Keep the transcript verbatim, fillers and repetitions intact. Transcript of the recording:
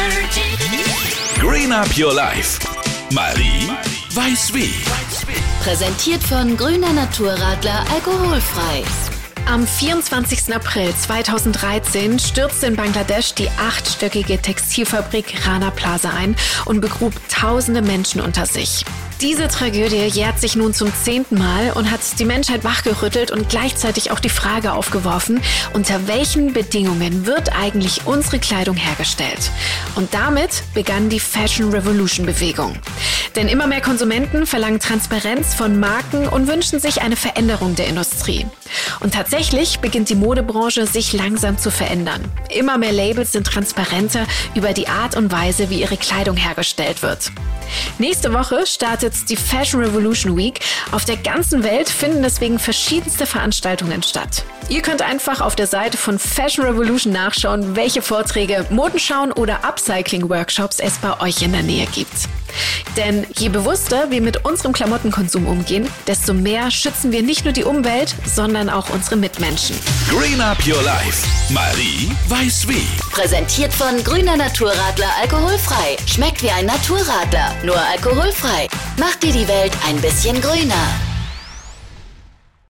Green Up Your Life. Marie weiß wie. Präsentiert von Grüner Naturradler alkoholfrei. Am vierundzwanzigsten April zweitausenddreizehn stürzte in Bangladesch die achtstöckige Textilfabrik Rana Plaza ein und begrub tausende Menschen unter sich. Diese Tragödie jährt sich nun zum zehnten Mal und hat die Menschheit wachgerüttelt und gleichzeitig auch die Frage aufgeworfen, unter welchen Bedingungen wird eigentlich unsere Kleidung hergestellt? Und damit begann die Fashion Revolution Bewegung. Denn immer mehr Konsumenten verlangen Transparenz von Marken und wünschen sich eine Veränderung der Industrie. Und tatsächlich beginnt die Modebranche sich langsam zu verändern. Immer mehr Labels sind transparenter über die Art und Weise, wie ihre Kleidung hergestellt wird. Nächste Woche startet die Fashion Revolution Week. Auf der ganzen Welt finden deswegen verschiedenste Veranstaltungen statt. Ihr könnt einfach auf der Seite von Fashion Revolution nachschauen, welche Vorträge, Modenschauen oder Upcycling-Workshops es bei euch in der Nähe gibt. Denn je bewusster wir mit unserem Klamottenkonsum umgehen, desto mehr schützen wir nicht nur die Umwelt, sondern auch unsere Mitmenschen. Green Up Your Life. Marie weiß wie. Präsentiert von Grüner Naturradler alkoholfrei. Schmeckt wie ein Naturradler, nur alkoholfrei. Macht dir die Welt ein bisschen grüner.